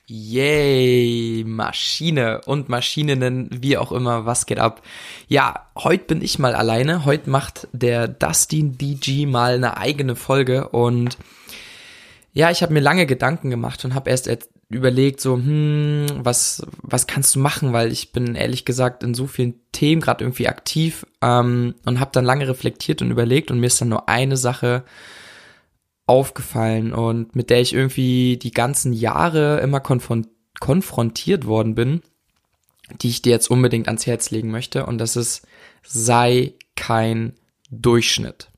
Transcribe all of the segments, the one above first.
Yay, Maschine und Maschininnen, wie auch immer, was geht ab? Ja, heute bin ich mal alleine, heute macht der Dustin DG mal eine eigene Folge und ja, ich habe mir lange Gedanken gemacht und habe erst überlegt, so, was kannst du machen, weil ich bin ehrlich gesagt in so vielen Themen gerade irgendwie aktiv und habe dann lange reflektiert und überlegt und mir ist dann nur eine Sache aufgefallen und mit der ich irgendwie die ganzen Jahre immer konfrontiert worden bin, die ich dir jetzt unbedingt ans Herz legen möchte, und das ist: sei kein Durchschnitt.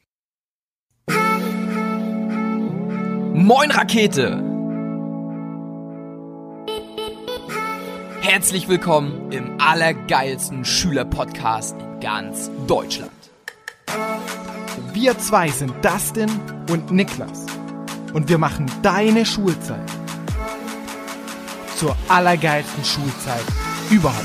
Moin Rakete! Herzlich willkommen im allergeilsten Schülerpodcast in ganz Deutschland. Wir zwei sind Dustin und Niklas und wir machen deine Schulzeit zur allergeilsten Schulzeit überhaupt.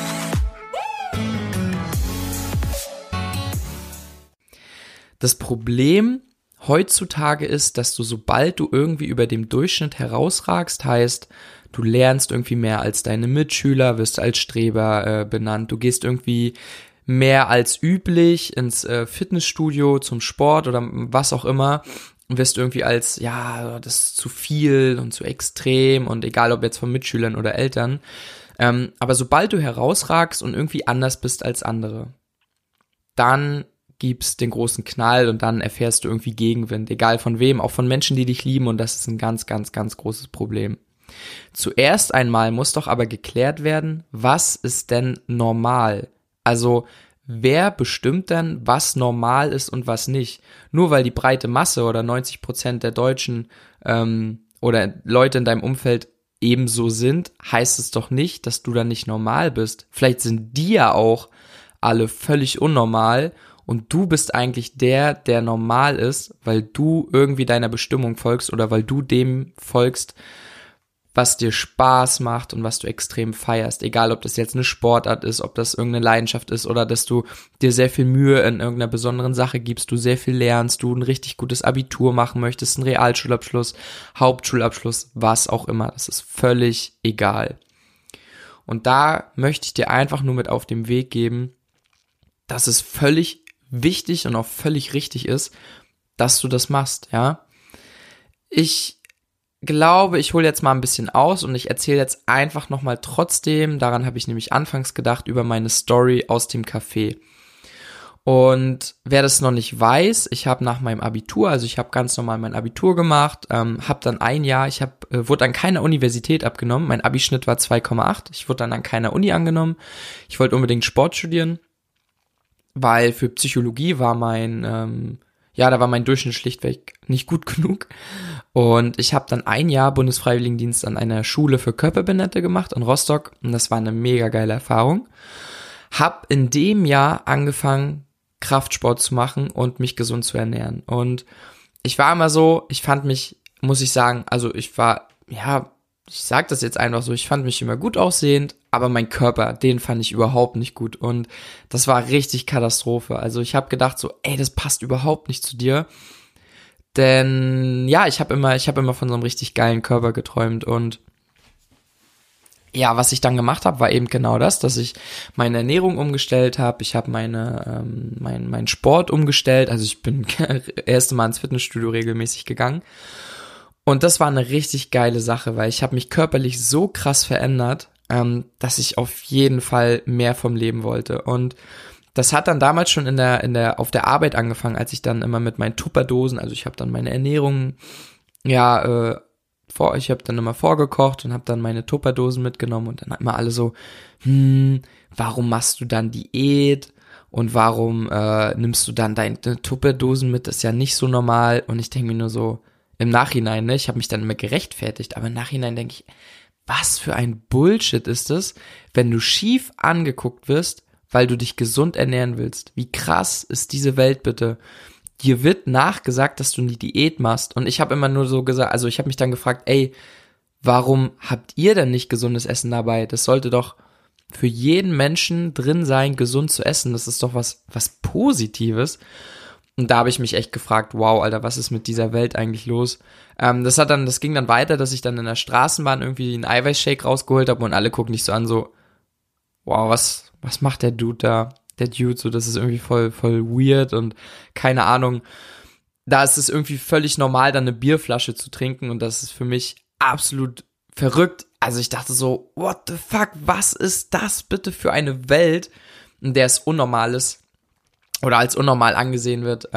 Das Problem heutzutage ist, dass du, sobald du irgendwie über dem Durchschnitt herausragst, heißt, du lernst irgendwie mehr als deine Mitschüler, wirst als Streber benannt, du gehst irgendwie mehr als üblich ins Fitnessstudio zum Sport oder was auch immer, wirst irgendwie als, ja, das ist zu viel und zu extrem, und egal ob jetzt von Mitschülern oder Eltern, aber sobald du herausragst und irgendwie anders bist als andere, dann gibt's den großen Knall und dann erfährst du irgendwie Gegenwind, egal von wem, auch von Menschen, die dich lieben, und das ist ein ganz, ganz, ganz großes Problem. Zuerst einmal muss doch aber geklärt werden, was ist denn normal? Also, wer bestimmt denn, was normal ist und was nicht? Nur weil die breite Masse oder 90% der Deutschen oder Leute in deinem Umfeld ebenso sind, heißt es doch nicht, dass du dann nicht normal bist. Vielleicht sind die ja auch alle völlig unnormal und du bist eigentlich der normal ist, weil du irgendwie deiner Bestimmung folgst oder weil du dem folgst, was dir Spaß macht und was du extrem feierst. Egal, ob das jetzt eine Sportart ist, ob das irgendeine Leidenschaft ist oder dass du dir sehr viel Mühe in irgendeiner besonderen Sache gibst, du sehr viel lernst, du ein richtig gutes Abitur machen möchtest, einen Realschulabschluss, Hauptschulabschluss, was auch immer. Das ist völlig egal. Und da möchte ich dir einfach nur mit auf den Weg geben, dass es völlig wichtig und auch völlig richtig ist, dass du das machst, ja. Ich glaube, ich hole jetzt mal ein bisschen aus und ich erzähle jetzt einfach nochmal trotzdem, daran habe ich nämlich anfangs gedacht, über meine Story aus dem Café. Und wer das noch nicht weiß, ich habe nach meinem Abitur, also ich habe ganz normal mein Abitur gemacht, habe dann ein Jahr, wurde an keiner Universität abgenommen, mein Abischnitt war 2,8, ich wurde dann an keiner Uni angenommen, ich wollte unbedingt Sport studieren, weil für Psychologie war da war mein Durchschnitt schlichtweg nicht gut genug. Und ich habe dann ein Jahr Bundesfreiwilligendienst an einer Schule für Körperbehinderte gemacht in Rostock. Und das war eine mega geile Erfahrung. Hab in dem Jahr angefangen, Kraftsport zu machen und mich gesund zu ernähren. Und ich war immer so, ich fand mich, muss ich sagen, also ich sag das jetzt einfach so, ich fand mich immer gut aussehend, aber mein Körper, den fand ich überhaupt nicht gut und das war richtig Katastrophe. Also ich habe gedacht so, das passt überhaupt nicht zu dir, denn ja, ich habe immer von so einem richtig geilen Körper geträumt. Und ja, was ich dann gemacht habe, war eben genau das, dass ich meine Ernährung umgestellt habe. Ich habe meinen Sport umgestellt, also ich bin erste Mal ins Fitnessstudio regelmäßig gegangen. Und das war eine richtig geile Sache, weil ich habe mich körperlich so krass verändert, dass ich auf jeden Fall mehr vom Leben wollte. Und das hat dann damals schon auf der Arbeit angefangen, als ich dann immer mit meinen Tupperdosen, also ich habe dann meine Ernährung, ich habe dann immer vorgekocht und habe dann meine Tupperdosen mitgenommen und dann immer alle so, warum machst du dann Diät? Und warum nimmst du dann deine Tupperdosen mit? Das ist ja nicht so normal. Und ich denke mir nur so, im Nachhinein, ne, ich habe mich dann immer gerechtfertigt, aber im Nachhinein denke ich, was für ein Bullshit ist es, wenn du schief angeguckt wirst, weil du dich gesund ernähren willst. Wie krass ist diese Welt bitte? Dir wird nachgesagt, dass du eine Diät machst. Und ich habe immer nur so gesagt, also ich habe mich dann gefragt, warum habt ihr denn nicht gesundes Essen dabei? Das sollte doch für jeden Menschen drin sein, gesund zu essen. Das ist doch was Positives. Und da habe ich mich echt gefragt, wow, Alter, was ist mit dieser Welt eigentlich los? Das ging dann weiter, dass ich dann in der Straßenbahn irgendwie einen Eiweißshake rausgeholt habe und alle gucken dich so an, so, wow, was macht der Dude da? Der Dude, so, das ist irgendwie voll weird und keine Ahnung. Da ist es irgendwie völlig normal, dann eine Bierflasche zu trinken und das ist für mich absolut verrückt. Also ich dachte so, what the fuck, was ist das bitte für eine Welt, in der es unnormal ist oder als unnormal angesehen wird,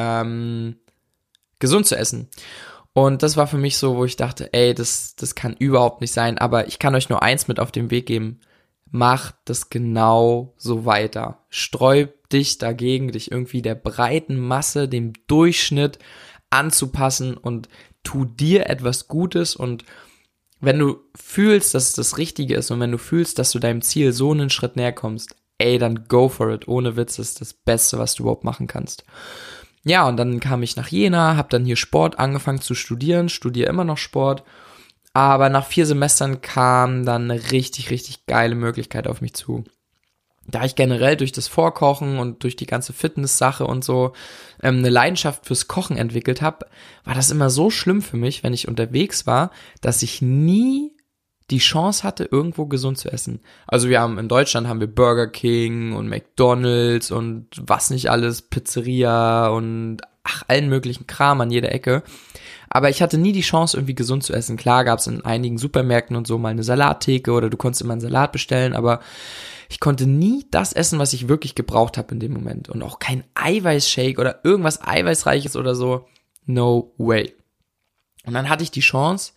gesund zu essen. Und das war für mich so, wo ich dachte, ey, das kann überhaupt nicht sein, aber ich kann euch nur eins mit auf den Weg geben. Macht das genau so weiter. Sträub dich dagegen, dich irgendwie der breiten Masse, dem Durchschnitt anzupassen und tu dir etwas Gutes. Und wenn du fühlst, dass es das Richtige ist und wenn du fühlst, dass du deinem Ziel so einen Schritt näher kommst, ey, dann go for it. Ohne Witz, das ist das Beste, was du überhaupt machen kannst. Ja, und dann kam ich nach Jena, habe dann hier Sport angefangen zu studieren, studiere immer noch Sport. Aber nach 4 Semestern kam dann eine richtig, richtig geile Möglichkeit auf mich zu. Da ich generell durch das Vorkochen und durch die ganze Fitness-Sache und so eine Leidenschaft fürs Kochen entwickelt habe, war das immer so schlimm für mich, wenn ich unterwegs war, dass ich nie die Chance hatte, irgendwo gesund zu essen. Also in Deutschland haben wir Burger King und McDonald's und was nicht alles, Pizzeria und allen möglichen Kram an jeder Ecke. Aber ich hatte nie die Chance, irgendwie gesund zu essen. Klar gab es in einigen Supermärkten und so mal eine Salattheke oder du konntest immer einen Salat bestellen, aber ich konnte nie das essen, was ich wirklich gebraucht habe in dem Moment. Und auch kein Eiweißshake oder irgendwas Eiweißreiches oder so. No way. Und dann hatte ich die Chance,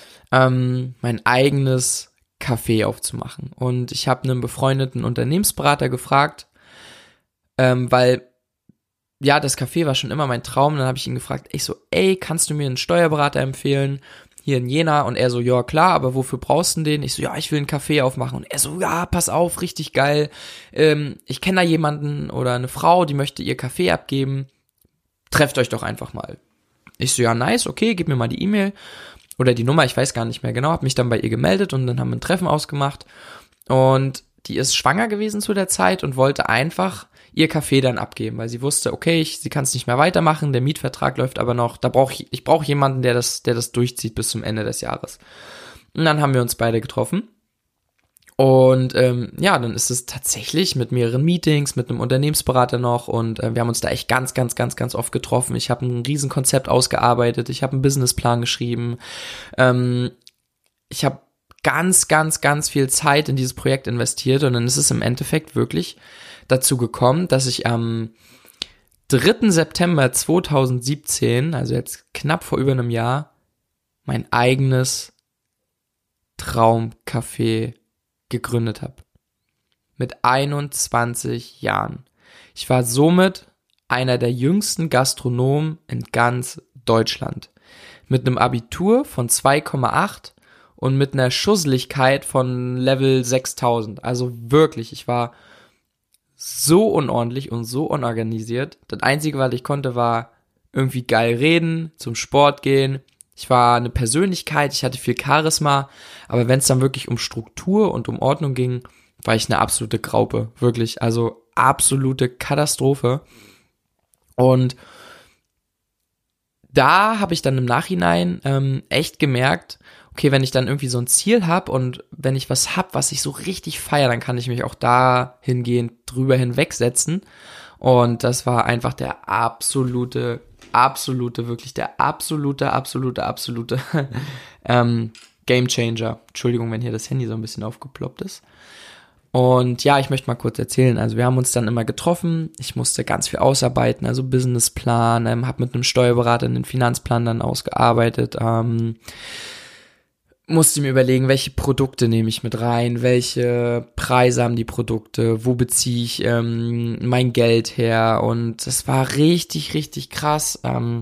mein eigenes Café aufzumachen. Und ich habe einen befreundeten Unternehmensberater gefragt, weil ja, das Café war schon immer mein Traum. Dann habe ich ihn gefragt, ey, kannst du mir einen Steuerberater empfehlen hier in Jena? Und er so, ja klar, aber wofür brauchst du den? Ich so, ja, ich will ein Café aufmachen. Und er so, ja, pass auf, richtig geil. Ich kenne da jemanden oder eine Frau, die möchte ihr Café abgeben. Trefft euch doch einfach mal. Ich so, ja, nice, okay, gib mir mal die E-Mail oder die Nummer, ich weiß gar nicht mehr genau. Habe mich dann bei ihr gemeldet und dann haben wir ein Treffen ausgemacht. Und die ist schwanger gewesen zu der Zeit und wollte einfach ihr Café dann abgeben, weil sie wusste, okay, sie kann es nicht mehr weitermachen, der Mietvertrag läuft aber noch, ich brauche jemanden, der das durchzieht bis zum Ende des Jahres. Und dann haben wir uns beide getroffen und dann ist es tatsächlich mit mehreren Meetings, mit einem Unternehmensberater noch und wir haben uns da echt ganz, ganz, ganz, ganz oft getroffen. Ich habe ein Riesenkonzept ausgearbeitet, ich habe einen Businessplan geschrieben, ich habe ganz, ganz, ganz viel Zeit in dieses Projekt investiert und dann ist es im Endeffekt wirklich dazu gekommen, dass ich am 3. September 2017, also jetzt knapp vor über einem Jahr, mein eigenes Traumcafé gegründet habe. Mit 21 Jahren. Ich war somit einer der jüngsten Gastronomen in ganz Deutschland. Mit einem Abitur von 2,8 und mit einer Schusseligkeit von Level 6000. Also wirklich, ich war so unordentlich und so unorganisiert. Das Einzige, was ich konnte, war irgendwie geil reden, zum Sport gehen. Ich war eine Persönlichkeit, ich hatte viel Charisma, aber wenn es dann wirklich um Struktur und um Ordnung ging, war ich eine absolute Graupe. Wirklich, also absolute Katastrophe. Und da habe ich dann im Nachhinein echt gemerkt, okay, wenn ich dann irgendwie so ein Ziel habe und wenn ich was habe, was ich so richtig feiere, dann kann ich mich auch dahingehend drüber hinwegsetzen. Und das war einfach der absolute Game Changer. Entschuldigung, wenn hier das Handy so ein bisschen aufgeploppt ist. Und ja, ich möchte mal kurz erzählen. Also wir haben uns dann immer getroffen. Ich musste ganz viel ausarbeiten, also Businessplan, habe mit einem Steuerberater einen Finanzplan dann ausgearbeitet, musste mir überlegen, welche Produkte nehme ich mit rein, welche Preise haben die Produkte, wo beziehe ich mein Geld her, und das war richtig, richtig krass.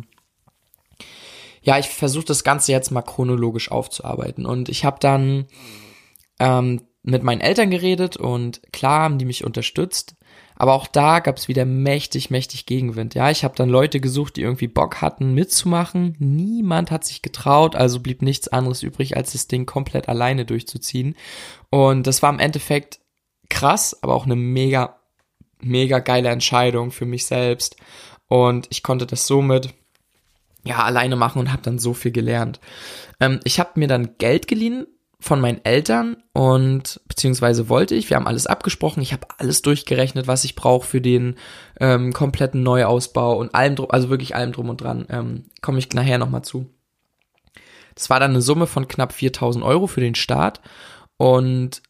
Ich versuche das Ganze jetzt mal chronologisch aufzuarbeiten, und ich habe dann mit meinen Eltern geredet und klar haben die mich unterstützt, aber auch da gab es wieder mächtig Gegenwind. Ja, ich habe dann Leute gesucht, die irgendwie Bock hatten mitzumachen. Niemand hat sich getraut, also blieb nichts anderes übrig, als das Ding komplett alleine durchzuziehen. Und das war im Endeffekt krass, aber auch eine mega geile Entscheidung für mich selbst. Und ich konnte das somit alleine machen und habe dann so viel gelernt. Ich habe mir dann Geld geliehen von meinen Eltern und beziehungsweise wir haben alles abgesprochen, ich habe alles durchgerechnet, was ich brauche für den kompletten Neuausbau und also wirklich allem drum und dran, komme ich nachher nochmal zu. Das war dann eine Summe von knapp 4.000 Euro für den Start und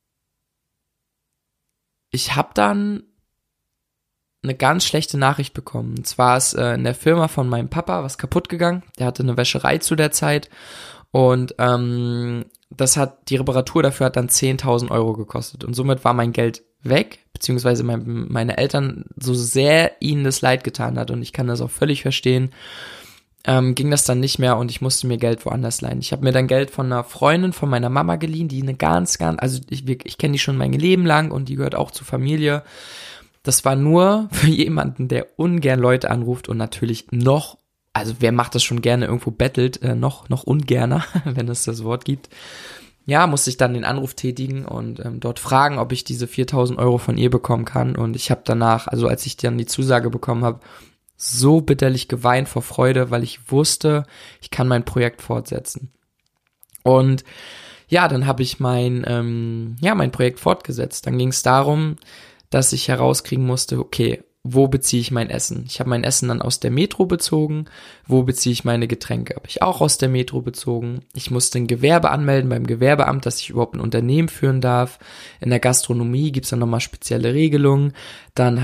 ich habe dann eine ganz schlechte Nachricht bekommen. Und zwar ist in der Firma von meinem Papa was kaputt gegangen. Der hatte eine Wäscherei zu der Zeit und die Reparatur dafür hat dann 10.000 Euro gekostet. Und somit war mein Geld weg, beziehungsweise meine Eltern, so sehr ihnen das leid getan hat, und ich kann das auch völlig verstehen, ging das dann nicht mehr und ich musste mir Geld woanders leihen. Ich habe mir dann Geld von einer Freundin von meiner Mama geliehen, die also ich kenne die schon mein Leben lang und die gehört auch zur Familie. Das war nur für jemanden, der ungern Leute anruft und natürlich also wer macht das schon gerne, irgendwo bettelt, noch ungerner, wenn es das Wort gibt. Ja, musste ich dann den Anruf tätigen und dort fragen, ob ich diese 4.000 Euro von ihr bekommen kann. Und ich habe danach, also als ich dann die Zusage bekommen habe, so bitterlich geweint vor Freude, weil ich wusste, ich kann mein Projekt fortsetzen. Und ja, dann habe ich mein Projekt fortgesetzt. Dann ging es darum, dass ich herauskriegen musste, okay, wo beziehe ich mein Essen? Ich habe mein Essen dann aus der Metro bezogen. Wo beziehe ich meine Getränke? Habe ich auch aus der Metro bezogen. Ich musste ein Gewerbe anmelden beim Gewerbeamt, dass ich überhaupt ein Unternehmen führen darf. In der Gastronomie gibt's dann nochmal spezielle Regelungen. Dann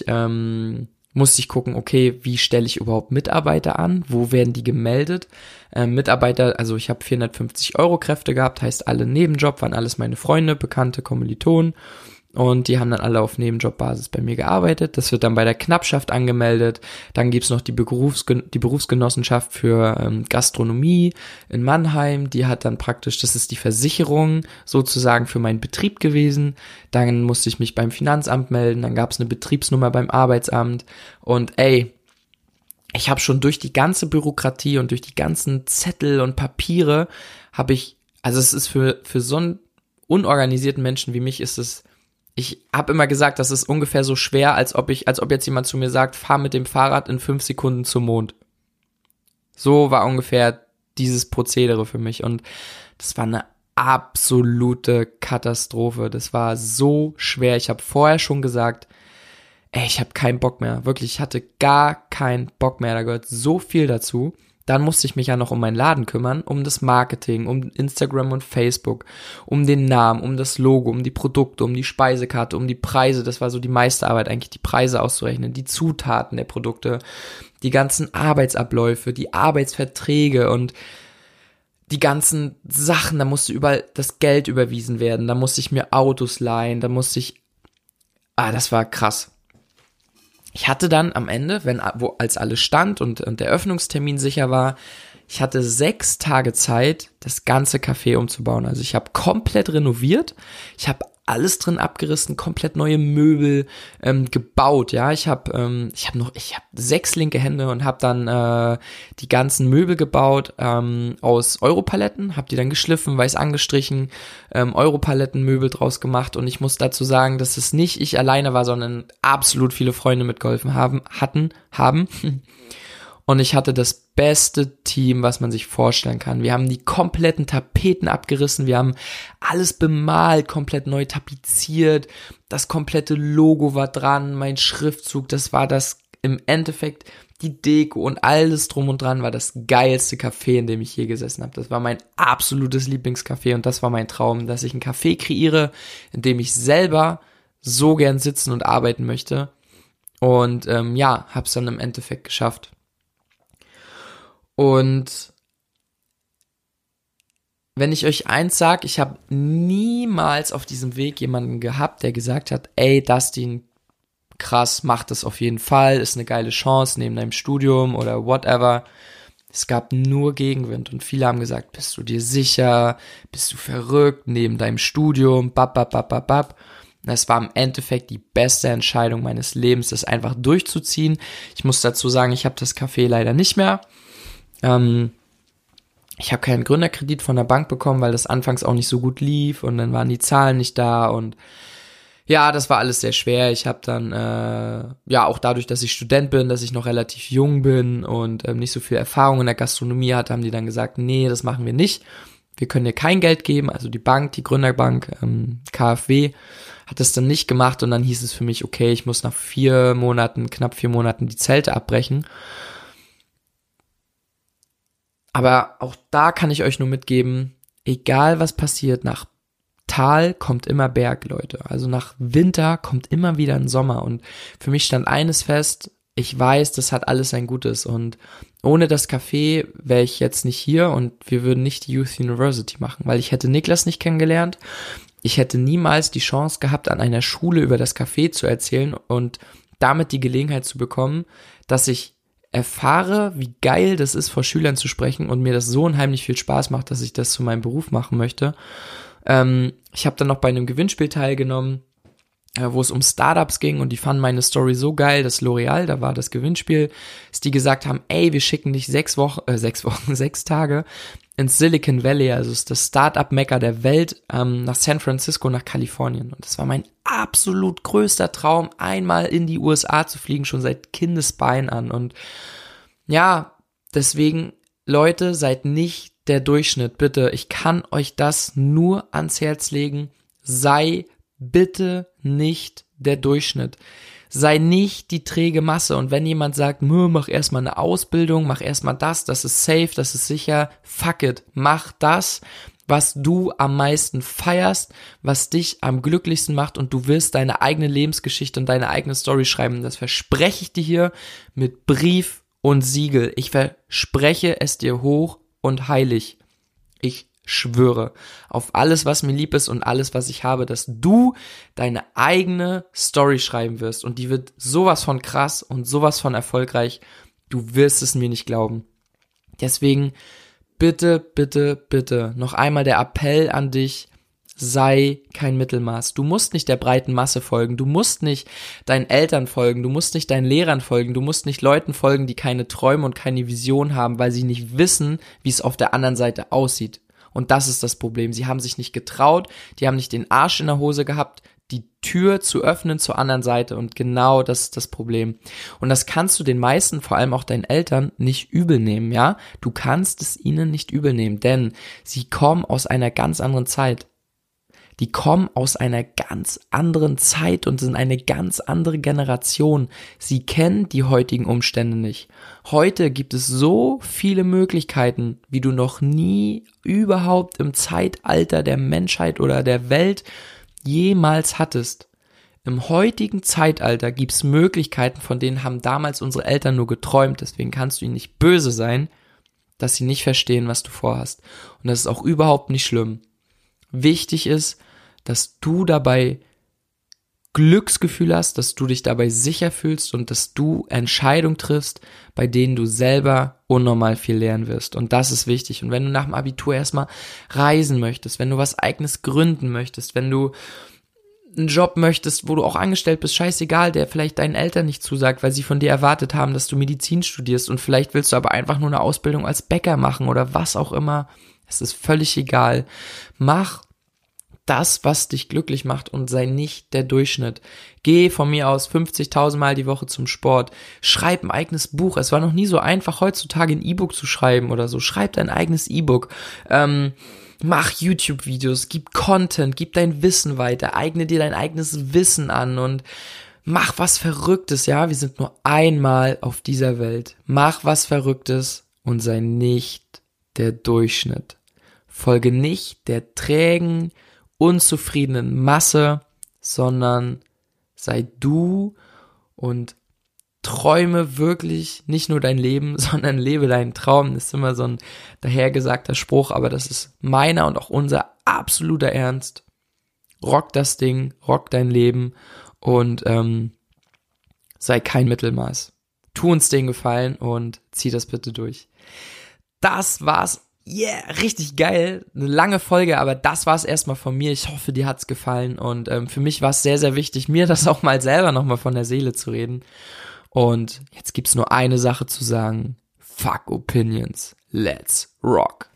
musste ich gucken, okay, wie stelle ich überhaupt Mitarbeiter an? Wo werden die gemeldet? Mitarbeiter, also ich habe 450 Euro Kräfte gehabt, heißt alle Nebenjob, waren alles meine Freunde, Bekannte, Kommilitonen. Und die haben dann alle auf Nebenjobbasis bei mir gearbeitet. Das wird dann bei der Knappschaft angemeldet. Dann gibt's noch die Berufsgenossenschaft für Gastronomie in Mannheim. Die hat dann praktisch, das ist die Versicherung sozusagen für meinen Betrieb gewesen. Dann musste ich mich beim Finanzamt melden. Dann gab's eine Betriebsnummer beim Arbeitsamt. Und ich habe schon durch die ganze Bürokratie und durch die ganzen Zettel und Papiere also es ist für so einen unorganisierten Menschen wie mich ich habe immer gesagt, das ist ungefähr so schwer, als ob jetzt jemand zu mir sagt, fahr mit dem Fahrrad in 5 Sekunden zum Mond. So war ungefähr dieses Prozedere für mich und das war eine absolute Katastrophe. Das war so schwer. Ich habe vorher schon gesagt, ich habe keinen Bock mehr. Wirklich, ich hatte gar keinen Bock mehr. Da gehört so viel dazu. Dann musste ich mich ja noch um meinen Laden kümmern, um das Marketing, um Instagram und Facebook, um den Namen, um das Logo, um die Produkte, um die Speisekarte, um die Preise. Das war so die meiste Arbeit eigentlich, die Preise auszurechnen, die Zutaten der Produkte, die ganzen Arbeitsabläufe, die Arbeitsverträge und die ganzen Sachen. Da musste überall das Geld überwiesen werden, da musste ich mir Autos leihen, das war krass. Ich hatte dann am Ende, als alles stand und der Öffnungstermin sicher war, ich hatte 6 Tage Zeit, das ganze Café umzubauen. Also ich habe komplett renoviert, ich habe alles drin abgerissen, komplett neue Möbel gebaut. Ja, ich habe 6 linke Hände und habe dann die ganzen Möbel gebaut aus Europaletten, habe die dann geschliffen, weiß angestrichen, Europalettenmöbel draus gemacht. Und ich muss dazu sagen, dass es nicht ich alleine war, sondern absolut viele Freunde mitgeholfen haben. Und ich hatte das beste Team, was man sich vorstellen kann. Wir haben die kompletten Tapeten abgerissen, wir haben alles bemalt, komplett neu tapeziert, das komplette Logo war dran, mein Schriftzug, das war das im Endeffekt, die Deko und alles drum und dran war das geilste Café, in dem ich je gesessen habe. Das war mein absolutes Lieblingscafé und das war mein Traum, dass ich ein Café kreiere, in dem ich selber so gern sitzen und arbeiten möchte. Und hab's dann im Endeffekt geschafft. Und wenn ich euch eins sage, ich habe niemals auf diesem Weg jemanden gehabt, der gesagt hat, Dustin, krass, mach das auf jeden Fall, ist eine geile Chance neben deinem Studium oder whatever. Es gab nur Gegenwind und viele haben gesagt, bist du dir sicher, bist du verrückt, neben deinem Studium, Es war im Endeffekt die beste Entscheidung meines Lebens, das einfach durchzuziehen. Ich muss dazu sagen, ich habe das Café leider nicht mehr. Ich habe keinen Gründerkredit von der Bank bekommen, weil das anfangs auch nicht so gut lief und dann waren die Zahlen nicht da und Ja, das war alles sehr schwer. Ich habe dann, ja, auch dadurch, dass ich Student bin, dass ich noch relativ jung bin und nicht so viel Erfahrung in der Gastronomie hatte, haben die dann gesagt, nee, das machen wir nicht. Wir können dir kein Geld geben. Also die Bank, die Gründerbank, KfW, hat das dann nicht gemacht und dann hieß es für mich, okay, ich muss nach knapp 4 Monaten die Zelte abbrechen. Aber auch da kann ich euch nur mitgeben, egal was passiert, nach Tal kommt immer Berg, Leute. Also nach Winter kommt immer wieder ein Sommer. Und für mich stand eines fest, ich weiß, das hat alles sein Gutes. Und ohne das Café wäre ich jetzt nicht hier und wir würden nicht die Youth University machen, weil ich hätte Niklas nicht kennengelernt. Ich hätte niemals die Chance gehabt, an einer Schule über das Café zu erzählen und damit die Gelegenheit zu bekommen, dass ich erfahre, wie geil das ist, vor Schülern zu sprechen und mir das so unheimlich viel Spaß macht, dass ich das zu meinem Beruf machen möchte. Ich habe dann noch bei einem Gewinnspiel teilgenommen, wo es um Startups ging und die fanden meine Story so geil, dass L'Oreal, da war das Gewinnspiel, dass die gesagt haben, ey, wir schicken dich 6 Tage ins Silicon Valley, also ist das Startup-Mekka der Welt, nach San Francisco, nach Kalifornien. Und das war mein absolut größter Traum, einmal in die USA zu fliegen, schon seit Kindesbein an. Und ja, deswegen, Leute, seid nicht der Durchschnitt, bitte. Ich kann euch das nur ans Herz legen. Sei bitte nicht der Durchschnitt. Sei nicht die träge Masse. Und wenn jemand sagt, mach erstmal eine Ausbildung, mach erstmal das ist safe, das ist sicher, fuck it. Mach das, was du am meisten feierst, was dich am glücklichsten macht und du wirst deine eigene Lebensgeschichte und deine eigene Story schreiben. Das verspreche ich dir hier mit Brief und Siegel. Ich verspreche es dir hoch und heilig. Ich schwöre auf alles, was mir lieb ist und alles, was ich habe, dass du deine eigene Story schreiben wirst und die wird sowas von krass und sowas von erfolgreich. Du wirst es mir nicht glauben. Deswegen bitte, bitte, bitte noch einmal der Appell an dich, sei kein Mittelmaß. Du musst nicht der breiten Masse folgen, du musst nicht deinen Eltern folgen, du musst nicht deinen Lehrern folgen, du musst nicht Leuten folgen, die keine Träume und keine Vision haben, weil sie nicht wissen, wie es auf der anderen Seite aussieht. Und das ist das Problem. Sie haben sich nicht getraut, die haben nicht den Arsch in der Hose gehabt, die Tür zu öffnen zur anderen Seite. Und genau das ist das Problem. Und das kannst du den meisten, vor allem auch deinen Eltern, nicht übel nehmen, ja? Du kannst es ihnen nicht übel nehmen, denn sie kommen aus einer ganz anderen Zeit. Die kommen aus einer ganz anderen Zeit und sind eine ganz andere Generation. Sie kennen die heutigen Umstände nicht. Heute gibt es so viele Möglichkeiten, wie du noch nie überhaupt im Zeitalter der Menschheit oder der Welt jemals hattest. Im heutigen Zeitalter gibt es Möglichkeiten, von denen haben damals unsere Eltern nur geträumt. Deswegen kannst du ihnen nicht böse sein, dass sie nicht verstehen, was du vorhast. Und das ist auch überhaupt nicht schlimm. Wichtig ist, dass du dabei Glücksgefühl hast, dass du dich dabei sicher fühlst und dass du Entscheidungen triffst, bei denen du selber unnormal viel lernen wirst. Und das ist wichtig. Und wenn du nach dem Abitur erstmal reisen möchtest, wenn du was Eigenes gründen möchtest, wenn du einen Job möchtest, wo du auch angestellt bist, scheißegal, der vielleicht deinen Eltern nicht zusagt, weil sie von dir erwartet haben, dass du Medizin studierst und vielleicht willst du aber einfach nur eine Ausbildung als Bäcker machen oder was auch immer. Es ist völlig egal. Mach das, was dich glücklich macht und sei nicht der Durchschnitt. Geh von mir aus 50.000 Mal die Woche zum Sport. Schreib ein eigenes Buch. Es war noch nie so einfach, heutzutage ein E-Book zu schreiben oder so. Schreib dein eigenes E-Book. Mach YouTube-Videos, gib Content, gib dein Wissen weiter, eigne dir dein eigenes Wissen an und mach was Verrücktes, ja? Wir sind nur einmal auf dieser Welt. Mach was Verrücktes und sei nicht der Durchschnitt. Folge nicht der trägen, unzufriedenen Masse, sondern sei du und träume wirklich nicht nur dein Leben, sondern lebe deinen Traum. Das ist immer so ein dahergesagter Spruch, aber das ist meiner und auch unser absoluter Ernst. Rock das Ding, rock dein Leben und sei kein Mittelmaß. Tu uns den Gefallen und zieh das bitte durch. Das war's. Yeah, richtig geil. Eine lange Folge, aber das war's erstmal von mir. Ich hoffe, dir hat's gefallen und für mich war es sehr, sehr wichtig, mir das auch mal selber nochmal von der Seele zu reden. Und jetzt gibt's nur eine Sache zu sagen. Fuck Opinions. Let's rock.